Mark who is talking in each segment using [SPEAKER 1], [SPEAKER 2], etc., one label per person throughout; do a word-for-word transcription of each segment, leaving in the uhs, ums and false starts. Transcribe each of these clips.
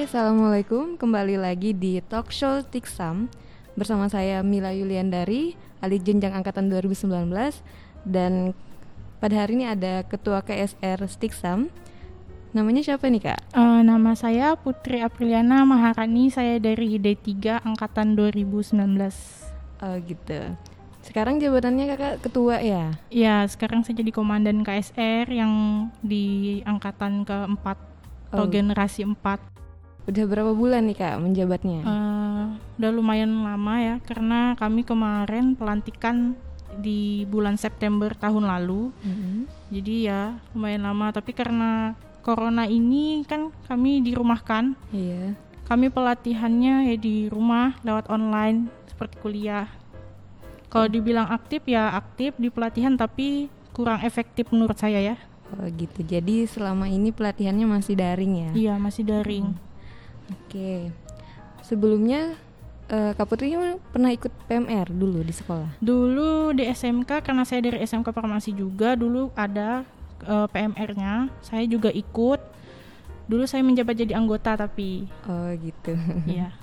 [SPEAKER 1] Oke, assalamualaikum. Kembali lagi di Talk Show Tiksam bersama saya Mila Yuliandari, ahli jenjang angkatan dua ribu sembilan belas, dan pada hari ini ada Ketua K S R Stiksam. Namanya siapa nih, Kak?
[SPEAKER 2] Uh, nama saya Putri Apriliana Maharani, saya dari D tiga angkatan dua ribu sembilan belas.
[SPEAKER 1] Oh gitu. Sekarang jabatannya Kakak ketua ya?
[SPEAKER 2] Ya, sekarang saya jadi komandan K S R yang di angkatan keempat atau
[SPEAKER 1] Oh.
[SPEAKER 2] generasi empat.
[SPEAKER 1] Udah berapa bulan nih Kak menjabatnya?
[SPEAKER 2] Uh, udah lumayan lama ya, karena kami kemarin pelantikan di bulan September tahun lalu.
[SPEAKER 1] Mm-hmm.
[SPEAKER 2] Jadi ya lumayan lama, tapi karena corona ini kan kami dirumahkan.
[SPEAKER 1] Iya.
[SPEAKER 2] Kami pelatihannya ya di rumah lewat online seperti kuliah. Kalau dibilang aktif ya aktif di pelatihan, tapi kurang efektif menurut saya ya.
[SPEAKER 1] Oh gitu. Jadi selama ini pelatihannya masih daring ya?
[SPEAKER 2] Iya, masih daring.
[SPEAKER 1] Hmm. Oke. Sebelumnya uh, Kak Putri pernah ikut P M R dulu di sekolah?
[SPEAKER 2] Dulu di S M K, karena saya dari S M K Farmasi juga, dulu ada uh, P M R-nya. Saya juga ikut. Dulu saya menjabat jadi anggota tapi.
[SPEAKER 1] Oh gitu.
[SPEAKER 2] Iya.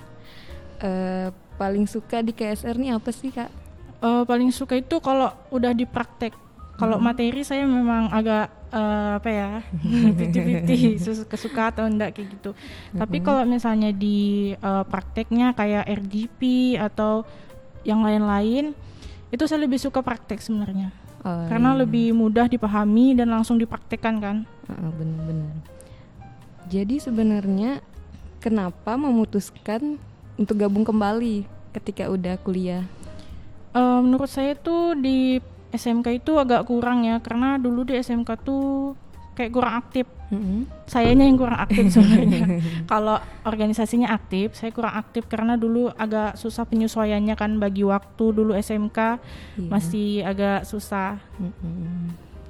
[SPEAKER 1] uh, paling suka di K S R nih apa sih Kak?
[SPEAKER 2] Uh, paling suka itu kalau udah dipraktek. Kalau hmm. materi saya memang agak uh, apa ya fifty-fifty kesuka atau enggak kayak gitu. Mm-hmm. Tapi kalau misalnya di uh, prakteknya kayak R G P atau yang lain-lain, itu saya lebih suka praktek sebenarnya. Oh, karena iya. lebih mudah dipahami dan langsung dipraktekkan kan.
[SPEAKER 1] Uh, benar-benar. Jadi sebenarnya kenapa memutuskan untuk gabung kembali ketika udah kuliah?
[SPEAKER 2] Uh, menurut saya tuh di S M K itu agak kurang ya, karena dulu di S M K tuh kayak kurang aktif. Mm-hmm. Sayanya yang kurang aktif sebenarnya. Kalau organisasinya aktif, saya kurang aktif karena dulu agak susah penyesuaiannya kan, bagi waktu dulu S M K yeah. masih agak susah.
[SPEAKER 1] Mm-hmm.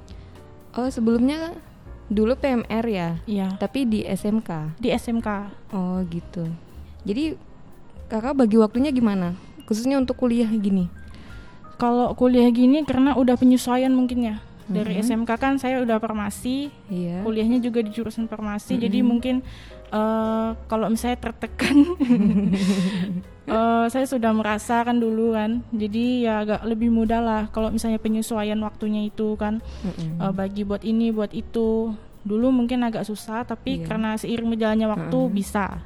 [SPEAKER 1] Oh sebelumnya dulu P M R ya?
[SPEAKER 2] Iya.
[SPEAKER 1] Tapi di S M K?
[SPEAKER 2] Di S M K.
[SPEAKER 1] Oh gitu. Jadi kakak bagi waktunya gimana? Khususnya untuk kuliah gini?
[SPEAKER 2] Kalau kuliah gini karena udah penyesuaian mungkin ya. Dari mm-hmm. S M K kan saya udah farmasi, yeah. kuliahnya juga di jurusan farmasi, mm-hmm. jadi mungkin uh, kalau misalnya tertekan, uh, saya sudah merasakan dulu kan, jadi ya agak lebih mudah lah kalau misalnya penyesuaian waktunya itu kan, mm-hmm. uh, bagi buat ini buat itu. Dulu mungkin agak susah, tapi yeah. karena seiring berjalannya waktu mm-hmm. bisa.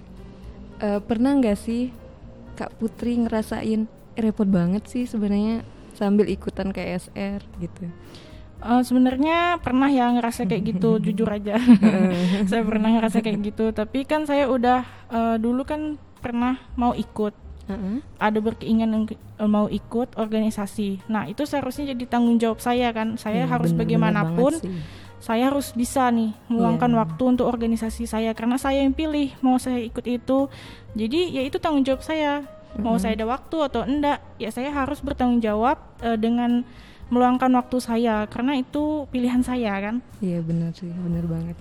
[SPEAKER 1] Uh, pernah nggak sih Kak Putri ngerasain repot banget sih sebenarnya sambil ikutan K S R gitu?
[SPEAKER 2] Uh, sebenarnya pernah ya ngerasa kayak gitu, jujur aja. Saya pernah ngerasa kayak gitu, tapi kan saya udah uh, dulu kan pernah mau ikut, uh-huh. ada berkeinginan uh, mau ikut organisasi. Nah itu seharusnya jadi tanggung jawab saya kan. Saya ya, harus bener, bagaimanapun, bener saya harus bisa nih meluangkan yeah. waktu untuk organisasi saya, karena saya yang pilih mau saya ikut itu. Jadi ya itu tanggung jawab saya. Mau mm-hmm. saya ada waktu atau enggak, ya saya harus bertanggung jawab uh, dengan meluangkan waktu saya, karena itu pilihan saya kan.
[SPEAKER 1] Iya benar sih, benar banget.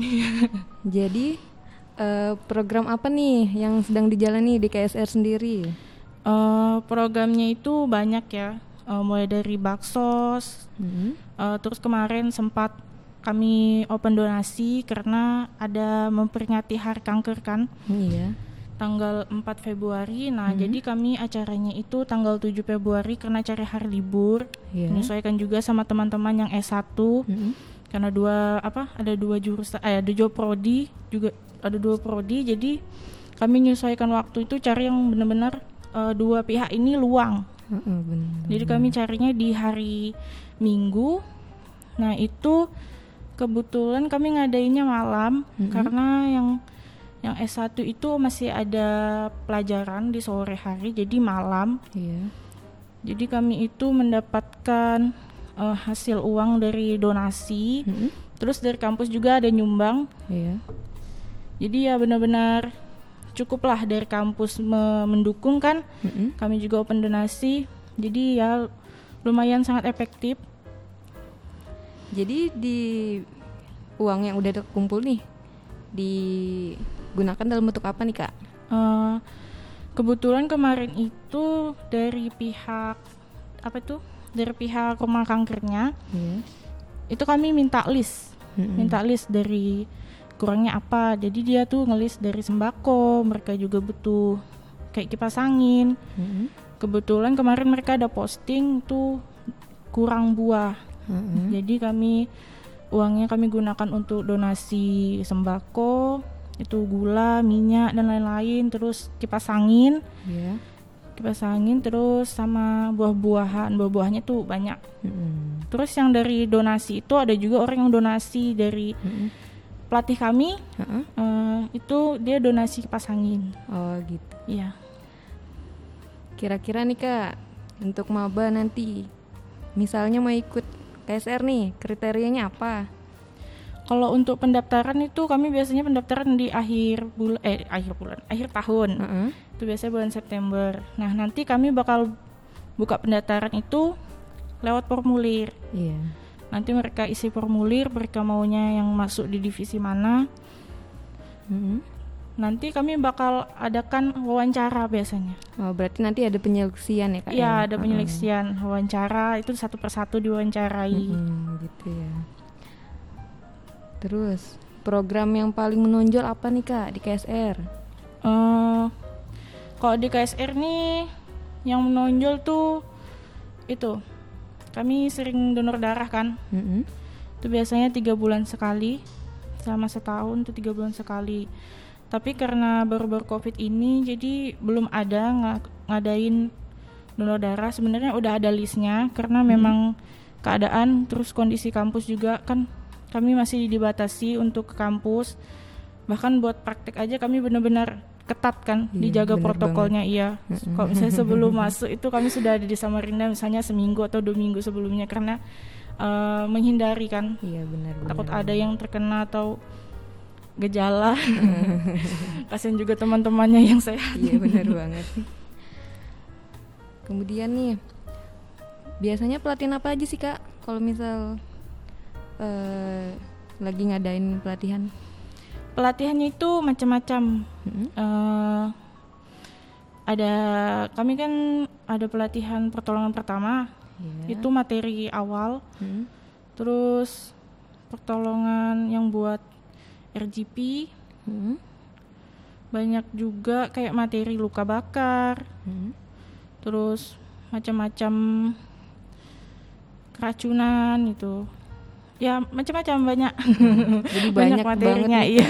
[SPEAKER 1] Jadi uh, program apa nih yang sedang dijalani di K S R sendiri?
[SPEAKER 2] Uh, programnya itu banyak ya, uh, mulai dari baksos, mm-hmm. uh, terus kemarin sempat kami open donasi karena ada memperingati Hari Kanker kan. Iya. Tanggal empat Februari, nah hmm. jadi kami acaranya itu tanggal tujuh Februari karena cari hari libur, yeah. menyesuaikan juga sama teman-teman yang S satu, hmm. karena dua apa ada dua jurusan, eh, ada dua prodi juga ada dua prodi, jadi kami menyesuaikan waktu itu cari yang benar-benar uh, dua pihak ini luang, uh, uh, bener, jadi bener. Kami carinya di hari Minggu, nah itu kebetulan kami ngadainnya malam hmm. karena yang Yang S satu itu masih ada pelajaran di sore hari, jadi malam. Iya. Jadi kami itu mendapatkan uh, hasil uang dari donasi, mm-hmm. terus dari kampus juga ada nyumbang. Iya. Jadi ya benar-benar cukuplah dari kampus me- mendukung kan. Mm-hmm. Kami juga open donasi, jadi ya lumayan sangat efektif.
[SPEAKER 1] Jadi di uang yang udah terkumpul nih, digunakan dalam bentuk apa nih Kak?
[SPEAKER 2] Uh, kebetulan kemarin itu dari pihak apa tuh? Dari pihak rumah kankernya, hmm. itu kami minta list, hmm. minta list dari kurangnya apa. Jadi dia tuh ngelis dari sembako, mereka juga butuh kayak kipas angin. Mm-hmm. Kebetulan kemarin mereka ada posting tuh kurang buah. Mm-hmm. Jadi kami uangnya kami gunakan untuk donasi sembako, itu gula, minyak dan lain-lain, terus kipas angin. Yeah. Kipas angin terus sama buah-buahan, buah-buahnya tuh banyak. Mm-hmm. Terus yang dari donasi itu ada juga orang yang donasi dari mm-hmm. pelatih kami, uh-uh. uh, itu dia donasi kipas angin.
[SPEAKER 1] Oh gitu.
[SPEAKER 2] Iya.
[SPEAKER 1] Kira-kira nih Kak, untuk maba nanti, misalnya mau ikut K S R nih, kriterianya apa?
[SPEAKER 2] Kalau untuk pendaftaran itu kami biasanya pendaftaran di akhir bulan, eh akhir bulan, akhir tahun. Uh-uh. Itu biasanya bulan September. Nah nanti kami bakal buka pendaftaran itu lewat formulir. Iya. Yeah. Nanti mereka isi formulir, mereka maunya yang masuk di divisi mana. Mm-hmm. Nanti kami bakal adakan wawancara biasanya.
[SPEAKER 1] Oh, berarti nanti ada penyeleksian ya Kak?
[SPEAKER 2] Iya, ada penyeleksian, uh-huh. wawancara itu satu persatu diwawancarai.
[SPEAKER 1] Mm-hmm, gitu ya. Terus program yang paling menonjol apa nih Kak di K S R?
[SPEAKER 2] Uh, kalau di K S R nih yang menonjol tuh itu kami sering donor darah kan. Mm-hmm. Itu biasanya tiga bulan sekali, selama setahun tuh tiga bulan sekali. Tapi karena baru-baru COVID ini jadi belum ada ng- ngadain donor darah. Sebenarnya udah ada listnya karena mm-hmm. memang keadaan terus kondisi kampus juga kan. Kami masih dibatasi untuk ke kampus, bahkan buat praktek aja kami benar-benar ketat kan, iya, dijaga protokolnya banget. Iya. Mm-hmm. Kalau misalnya sebelum masuk itu kami sudah ada di Samarinda misalnya seminggu atau dua minggu sebelumnya karena uh, menghindari kan,
[SPEAKER 1] iya, benar,
[SPEAKER 2] takut
[SPEAKER 1] benar,
[SPEAKER 2] ada
[SPEAKER 1] benar.
[SPEAKER 2] yang terkena atau gejala. Kasian juga teman-temannya yang sehat.
[SPEAKER 1] Iya benar banget. Kemudian nih, biasanya pelatihan apa aja sih Kak? Kalau misal Uh, lagi ngadain pelatihan?
[SPEAKER 2] Pelatihannya itu macam-macam. Mm-hmm. Uh, ada kami kan ada pelatihan pertolongan pertama, yeah. itu materi awal. Mm-hmm. Terus pertolongan yang buat R G P. Mm-hmm. Banyak juga kayak materi luka bakar. Mm-hmm. Terus macam-macam keracunan itu. Ya macam-macam banyak.
[SPEAKER 1] Hmm, jadi banyak, banyak materinya
[SPEAKER 2] iya.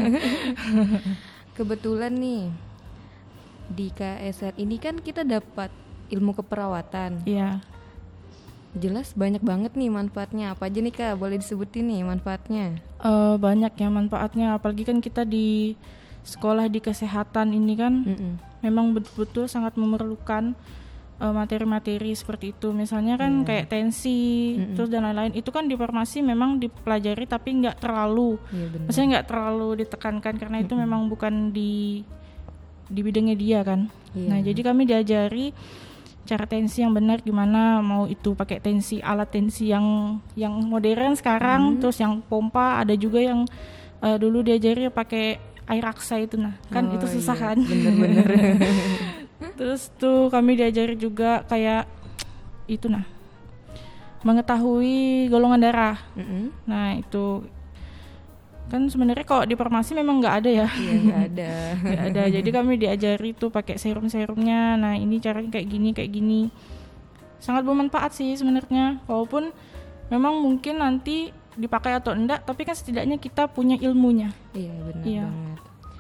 [SPEAKER 1] Kebetulan nih di K S R ini kan kita dapat ilmu keperawatan.
[SPEAKER 2] Iya.
[SPEAKER 1] Jelas banyak banget nih manfaatnya. Apa aja nih Kak? Boleh disebutin nih manfaatnya?
[SPEAKER 2] Uh, banyak ya manfaatnya. Apalagi kan kita di sekolah di kesehatan ini kan Mm-mm. memang betul-betul sangat memerlukan Uh, materi-materi seperti itu, misalnya kan yeah. kayak tensi, mm-hmm. terus dan lain-lain. Itu kan di farmasi memang dipelajari tapi nggak terlalu, yeah, maksudnya nggak terlalu ditekankan karena mm-hmm. itu memang bukan di di bidangnya dia kan. Yeah. Nah jadi kami diajari cara tensi yang benar gimana, mau itu pakai tensi alat tensi yang yang modern sekarang, mm-hmm. terus yang pompa, ada juga yang uh, dulu diajari pakai air raksa itu, nah kan oh, itu susah iya. kan. Bener-bener. Terus tuh kami diajari juga kayak itu nah mengetahui golongan darah. Mm-hmm. Nah itu kan sebenarnya kalau di farmasi memang nggak ada ya.
[SPEAKER 1] Iya nggak ada.
[SPEAKER 2] Nggak ada. Jadi kami diajari tuh pakai serum-serumnya. Nah ini caranya kayak gini kayak gini. Sangat bermanfaat sih sebenarnya. Walaupun memang mungkin nanti dipakai atau enggak, tapi kan setidaknya kita punya ilmunya.
[SPEAKER 1] Iya benar iya. banget.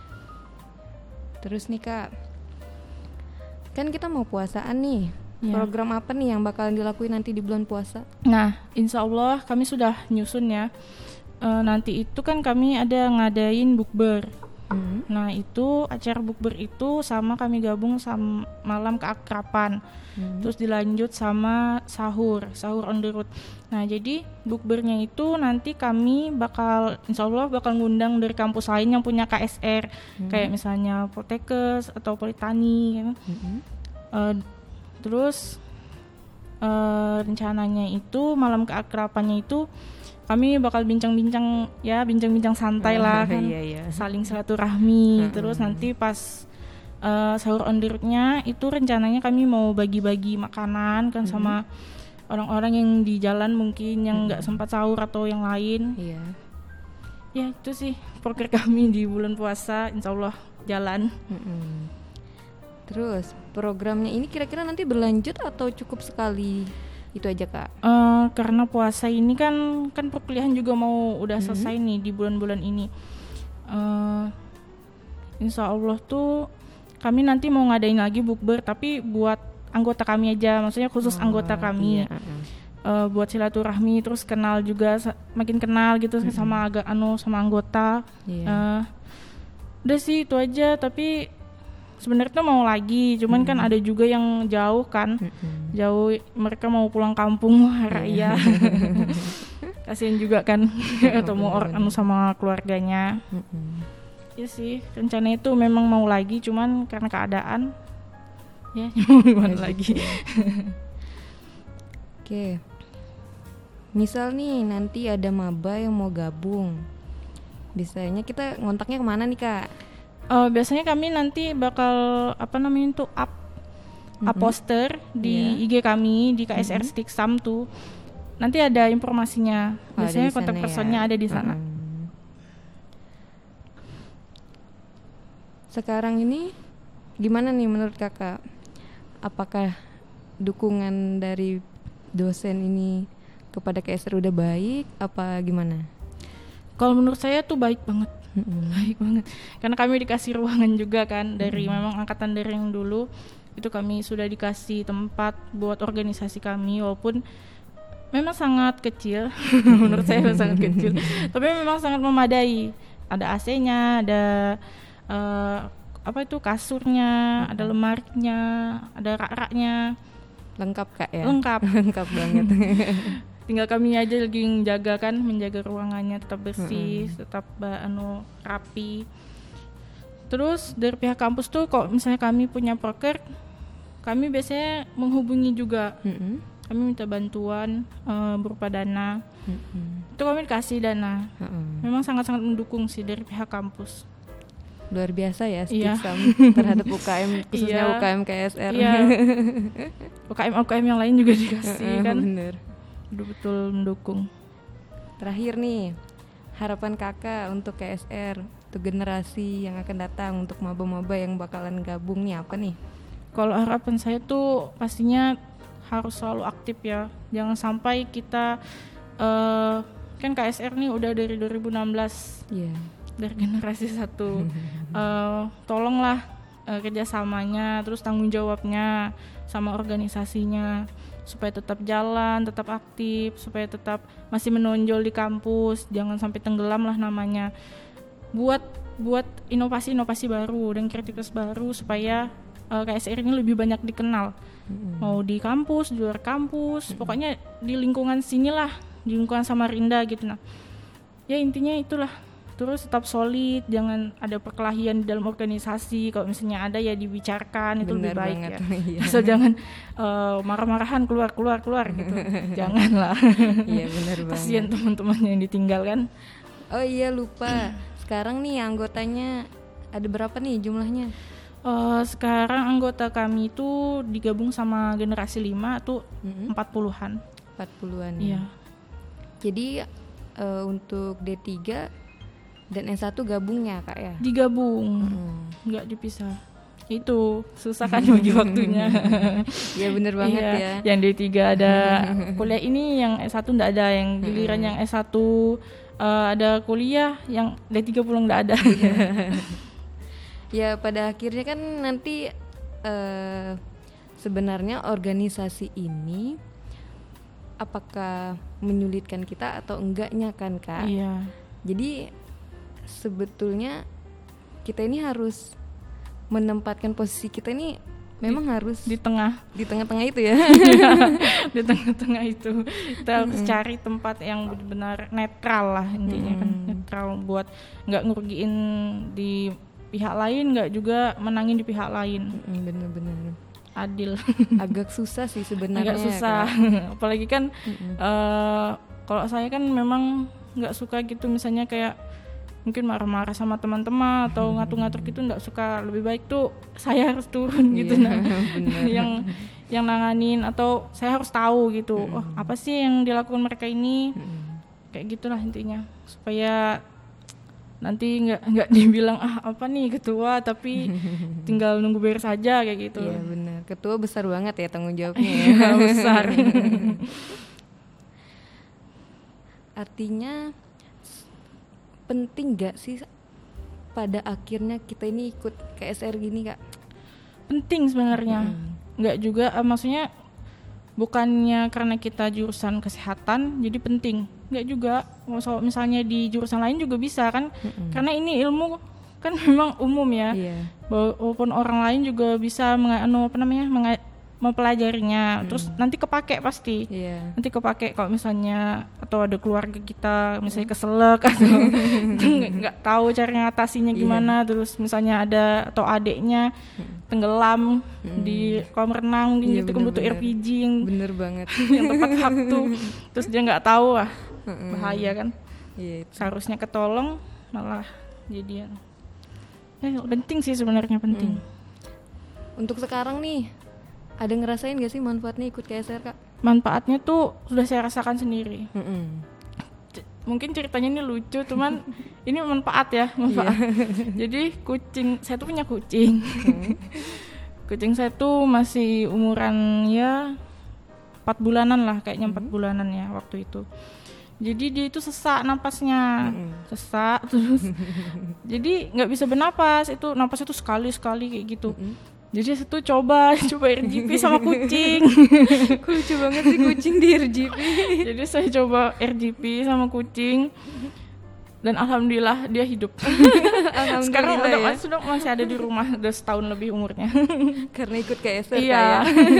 [SPEAKER 1] Terus nih Kak, kan kita mau puasaan nih. Ya. Program apa nih yang bakalan dilakuin nanti di bulan puasa?
[SPEAKER 2] Nah, insya Allah kami sudah nyusun ya. E, nanti itu kan kami ada ngadain bukber. Hmm. Nah itu acara bukber itu sama kami gabung sama malam keakraban. Hmm. Terus dilanjut sama sahur, sahur on the road. Nah jadi bukbernya itu nanti kami bakal insya Allah bakal ngundang dari kampus lain yang punya K S R. Hmm. Kayak misalnya Poltekkes atau Politani gitu. Hmm. Uh, terus uh, rencananya itu malam keakrabannya itu kami bakal bincang-bincang ya bincang-bincang santai oh, lah kan, iya, iya. saling silaturahmi. Uh-uh. Terus nanti pas uh, sahur on the road-nya itu rencananya kami mau bagi-bagi makanan kan uh-huh. sama orang-orang yang di jalan mungkin yang nggak uh-huh. sempat sahur atau yang lain.
[SPEAKER 1] Iya.
[SPEAKER 2] Ya itu sih proker kami di bulan puasa, insya Allah jalan.
[SPEAKER 1] Mm-mm. Terus programnya ini kira-kira nanti berlanjut atau cukup sekali itu aja Kak?
[SPEAKER 2] Uh, karena puasa ini kan kan perkuliahan juga mau udah
[SPEAKER 1] Mm-hmm.
[SPEAKER 2] selesai nih di bulan-bulan ini. Uh, insya Allah tuh kami nanti mau ngadain lagi bukber tapi buat anggota kami aja, maksudnya khusus
[SPEAKER 1] Oh,
[SPEAKER 2] anggota kami.
[SPEAKER 1] iya, uh-uh.
[SPEAKER 2] Uh, buat silaturahmi, terus kenal juga, makin kenal gitu mm-hmm. sama agak anu sama anggota.
[SPEAKER 1] Iya.
[SPEAKER 2] Uh, udah sih itu aja, tapi sebenarnya mau lagi, cuman mm-hmm. kan ada juga yang jauh kan, mm-hmm. jauh mereka mau pulang kampung raya. Kasian juga kan, atau mau orang anu sama keluarganya. Mm-hmm. Ya sih, rencana itu memang mau lagi, cuman karena keadaan, ya gimana lagi.
[SPEAKER 1] Oke. Misal nih nanti ada maba yang mau gabung, biasanya kita ngontaknya kemana nih Kak?
[SPEAKER 2] Uh, biasanya kami nanti bakal apa namanya itu up, mm-hmm. up poster di yeah. I G kami di K S R mm-hmm. Stiksam tuh. Nanti ada informasinya.
[SPEAKER 1] Oh,
[SPEAKER 2] biasanya kontak personnya ya? Ada di sana.
[SPEAKER 1] Mm-hmm. Sekarang ini gimana nih menurut Kakak? Apakah dukungan dari dosen ini kepada K S R udah baik apa gimana?
[SPEAKER 2] Kalau menurut saya tuh baik banget.
[SPEAKER 1] Mm-hmm.
[SPEAKER 2] Baik banget. Karena kami dikasih ruangan juga kan dari
[SPEAKER 1] mm-hmm.
[SPEAKER 2] memang angkatan dari yang dulu itu kami sudah dikasih tempat buat organisasi kami walaupun memang sangat kecil. Menurut saya sangat kecil. Tapi memang sangat memadai. Ada A C-nya, ada uh, apa itu kasurnya, mm-hmm. ada lemarinya, ada rak-raknya.
[SPEAKER 1] Lengkap Kak ya?
[SPEAKER 2] Lengkap.
[SPEAKER 1] Lengkap banget.
[SPEAKER 2] Tinggal kami aja lagi menjaga kan, menjaga ruangannya tetap bersih, mm-hmm. tetap uh, anu rapi. Terus dari pihak kampus tuh kalau misalnya kami punya proker, kami biasanya menghubungi juga. Mm-hmm. Kami minta bantuan uh, berupa dana. Mm-hmm. Itu kami dikasih dana. Mm-hmm. Memang sangat-sangat mendukung sih dari pihak kampus.
[SPEAKER 1] Luar biasa ya Stiksam
[SPEAKER 2] iya.
[SPEAKER 1] terhadap U K M khususnya
[SPEAKER 2] iya.
[SPEAKER 1] U K M K S R.
[SPEAKER 2] Iya. U K M U K M yang lain juga dikasih
[SPEAKER 1] uh,
[SPEAKER 2] kan.
[SPEAKER 1] Bener.
[SPEAKER 2] Betul mendukung.
[SPEAKER 1] Terakhir nih, harapan Kakak untuk K S R, untuk generasi yang akan datang, untuk maba-maba yang bakalan gabung nih apa nih?
[SPEAKER 2] Kalau harapan saya tuh pastinya harus selalu aktif ya. Jangan sampai kita uh, kan K S R nih udah dari dua ribu enam belas. Iya. Yeah. Dari generasi satu. uh, tolonglah uh, kerjasamanya, terus tanggung jawabnya sama organisasinya supaya tetap jalan, tetap aktif, supaya tetap masih menonjol di kampus, jangan sampai tenggelam lah namanya. Buat buat inovasi-inovasi baru dan kreativitas baru supaya uh, K S R ini lebih banyak dikenal. Mm-hmm. Mau di kampus, di luar kampus, mm-hmm. pokoknya di lingkungan sinilah, di lingkungan Samarinda gitu nah. Ya intinya itulah. Terus tetap solid, jangan ada perkelahian di dalam organisasi. Kalau misalnya ada ya dibicarakan, itu
[SPEAKER 1] bener
[SPEAKER 2] lebih baik
[SPEAKER 1] banget,
[SPEAKER 2] ya.
[SPEAKER 1] Iya.
[SPEAKER 2] Asal jangan uh, marah-marahan keluar keluar keluar gitu. Janganlah.
[SPEAKER 1] Iya benar banget.
[SPEAKER 2] Kasian teman-temannya yang ditinggalkan.
[SPEAKER 1] Oh iya lupa. Sekarang nih anggotanya ada berapa nih jumlahnya?
[SPEAKER 2] Uh, sekarang anggota kami itu digabung sama generasi lima tuh mm-hmm. empat puluhan.
[SPEAKER 1] empat puluhan.
[SPEAKER 2] Iya.
[SPEAKER 1] Jadi uh, untuk D tiga dan S satu gabungnya Kak ya?
[SPEAKER 2] Digabung, hmm. nggak dipisah. Itu susah kan bagi waktunya.
[SPEAKER 1] Ya bener banget
[SPEAKER 2] iya.
[SPEAKER 1] ya.
[SPEAKER 2] Yang D tiga ada kuliah ini, yang S satu nggak ada. Yang giliran yang S satu uh, ada kuliah, yang D tiga pulang nggak ada.
[SPEAKER 1] Ya pada akhirnya kan nanti uh, sebenarnya organisasi ini apakah menyulitkan kita atau enggaknya kan Kak?
[SPEAKER 2] Iya.
[SPEAKER 1] Jadi sebetulnya kita ini harus menempatkan posisi kita ini memang
[SPEAKER 2] di,
[SPEAKER 1] harus
[SPEAKER 2] di tengah
[SPEAKER 1] di tengah-tengah itu ya.
[SPEAKER 2] Di tengah-tengah itu kita harus mm-hmm. cari tempat yang benar-benar netral lah intinya mm-hmm. kan netral buat nggak ngerugiin di pihak lain, nggak juga menangin di pihak lain.
[SPEAKER 1] Mm-hmm, bener-bener
[SPEAKER 2] adil.
[SPEAKER 1] Agak susah sih sebenarnya.
[SPEAKER 2] Agak susah kan? Apalagi kan mm-hmm. uh, kalau saya kan memang nggak suka gitu misalnya kayak mungkin marah-marah sama teman-teman atau ngatur-ngatur gitu, nggak suka. Lebih baik tuh saya harus turun gitu nah yang yang nanganin atau saya harus tahu gitu mm. oh apa sih yang dilakukan mereka ini mm. kayak gitulah intinya supaya nanti nggak nggak dibilang ah apa nih ketua tapi tinggal nunggu beres saja kayak gitu.
[SPEAKER 1] Iya benar, ketua besar banget ya tanggung jawabnya ya.
[SPEAKER 2] Besar.
[SPEAKER 1] Artinya penting gak sih pada akhirnya kita ini ikut K S R gini Kak?
[SPEAKER 2] Penting sebenarnya. Hmm. Nggak juga uh, maksudnya bukannya karena kita jurusan kesehatan jadi penting. Nggak juga. Misalnya di jurusan lain juga bisa kan. Hmm. Karena ini ilmu kan memang umum ya. Yeah. Walaupun orang lain juga bisa menga- apa namanya menga- mempelajarinya, hmm. terus nanti kepake pasti, yeah. nanti kepake kalau misalnya atau ada keluarga kita misalnya keselak atau nggak tahu cara ngatasinya gimana, yeah. terus misalnya ada atau adiknya hmm. tenggelam hmm. di kolam renang, yeah, gitu kan butuh air P G yang
[SPEAKER 1] bener banget,
[SPEAKER 2] yang tepat waktu, terus dia nggak tahu ah bahaya kan, yeah, seharusnya ketolong malah jadian. Ya, penting sih sebenarnya penting.
[SPEAKER 1] Hmm. Untuk sekarang nih, ada ngerasain gak sih manfaatnya ikut K S R Kak?
[SPEAKER 2] Manfaatnya tuh sudah saya rasakan sendiri.
[SPEAKER 1] Mm-hmm.
[SPEAKER 2] C- mungkin ceritanya ini lucu, cuman ini manfaat ya, manfaat. Jadi kucing, saya tuh punya kucing. Mm. Kucing saya tuh masih umuran ya empat bulanan lah, kayaknya empat mm-hmm. bulanan ya waktu itu. Jadi dia itu sesak napasnya, mm-hmm. sesak terus. Jadi nggak bisa bernapas, itu napasnya tuh sekali-sekali kayak gitu. Mm-hmm. Jadi saya tuh coba, coba R G P sama kucing.
[SPEAKER 1] Lucu banget sih kucing di R G P.
[SPEAKER 2] Jadi saya coba R G P sama kucing dan alhamdulillah dia hidup. Alhamdulillah. Sekarang udah ya? Sudah masih ada di rumah, udah setahun lebih umurnya.
[SPEAKER 1] Karena ikut K S R
[SPEAKER 2] iya.
[SPEAKER 1] Ya.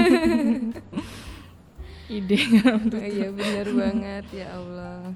[SPEAKER 2] Idenya.
[SPEAKER 1] Iya benar banget ya Allah.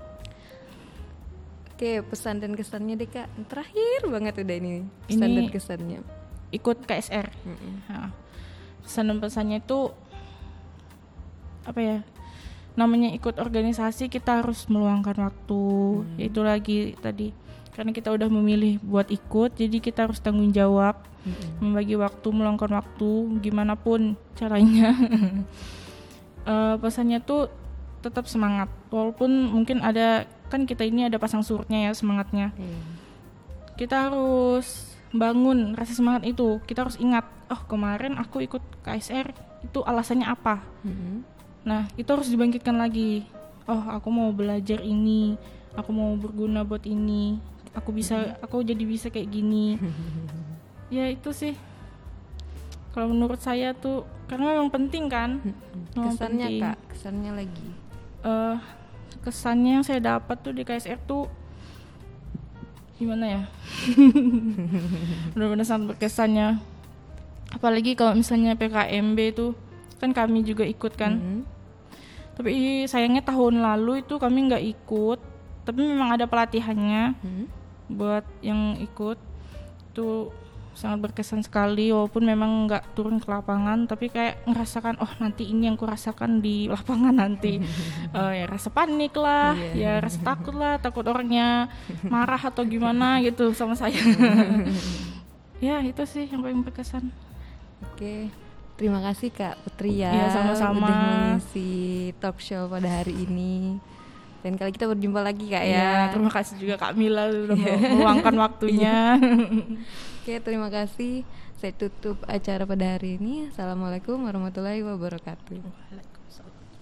[SPEAKER 1] Oke, pesan dan kesannya deh Kak. Terakhir banget udah ini pesan ini... dan kesannya.
[SPEAKER 2] Ikut K S R. Mm-hmm. Nah, pesan dan pesannya itu apa ya? Namanya ikut organisasi kita harus meluangkan waktu. Mm. Itu lagi tadi karena kita udah memilih buat ikut, jadi kita harus tanggung jawab, mm-hmm. membagi waktu, meluangkan waktu, gimana pun caranya. uh, pesannya tuh tetap semangat. Walaupun mungkin ada kan kita ini ada pasang surutnya ya semangatnya. Mm. Kita harus bangun rasa semangat itu. Kita harus ingat, oh kemarin aku ikut K S R itu alasannya apa. Mm-hmm. Nah itu harus dibangkitkan lagi. Oh aku mau belajar ini, aku mau berguna buat ini, aku bisa, mm-hmm. aku jadi bisa kayak gini. Ya itu sih kalau menurut saya tuh karena memang penting kan.
[SPEAKER 1] Mm-hmm. Kesannya penting. Kak, kesannya lagi
[SPEAKER 2] uh, kesannya yang saya dapat tuh di K S R tuh gimana ya? Benar-benar sangat berkesannya. Apalagi kalau misalnya P K M B itu kan kami juga ikut kan. Mm-hmm. Tapi sayangnya tahun lalu itu kami nggak ikut. Tapi memang ada pelatihannya mm-hmm. buat yang ikut. Itu sangat berkesan sekali. Walaupun memang nggak turun ke lapangan, tapi kayak ngerasakan oh nanti ini yang ku rasakan di lapangan nanti. uh, ya rasa panik lah, yeah. ya rasa takut lah, takut orangnya marah atau gimana gitu sama saya. Ya itu sih yang paling berkesan.
[SPEAKER 1] Oke, terima kasih Kak Putri ya,
[SPEAKER 2] ya sama-sama
[SPEAKER 1] udah mengisi talk show pada hari ini. Dan kali kita berjumpa lagi Kak ya.
[SPEAKER 2] Ya terima kasih juga Kak Mila udah meluangkan waktunya.
[SPEAKER 1] Oke, terima kasih. Saya tutup acara pada hari ini. Assalamualaikum warahmatullahi wabarakatuh.
[SPEAKER 2] Waalaikumsalam.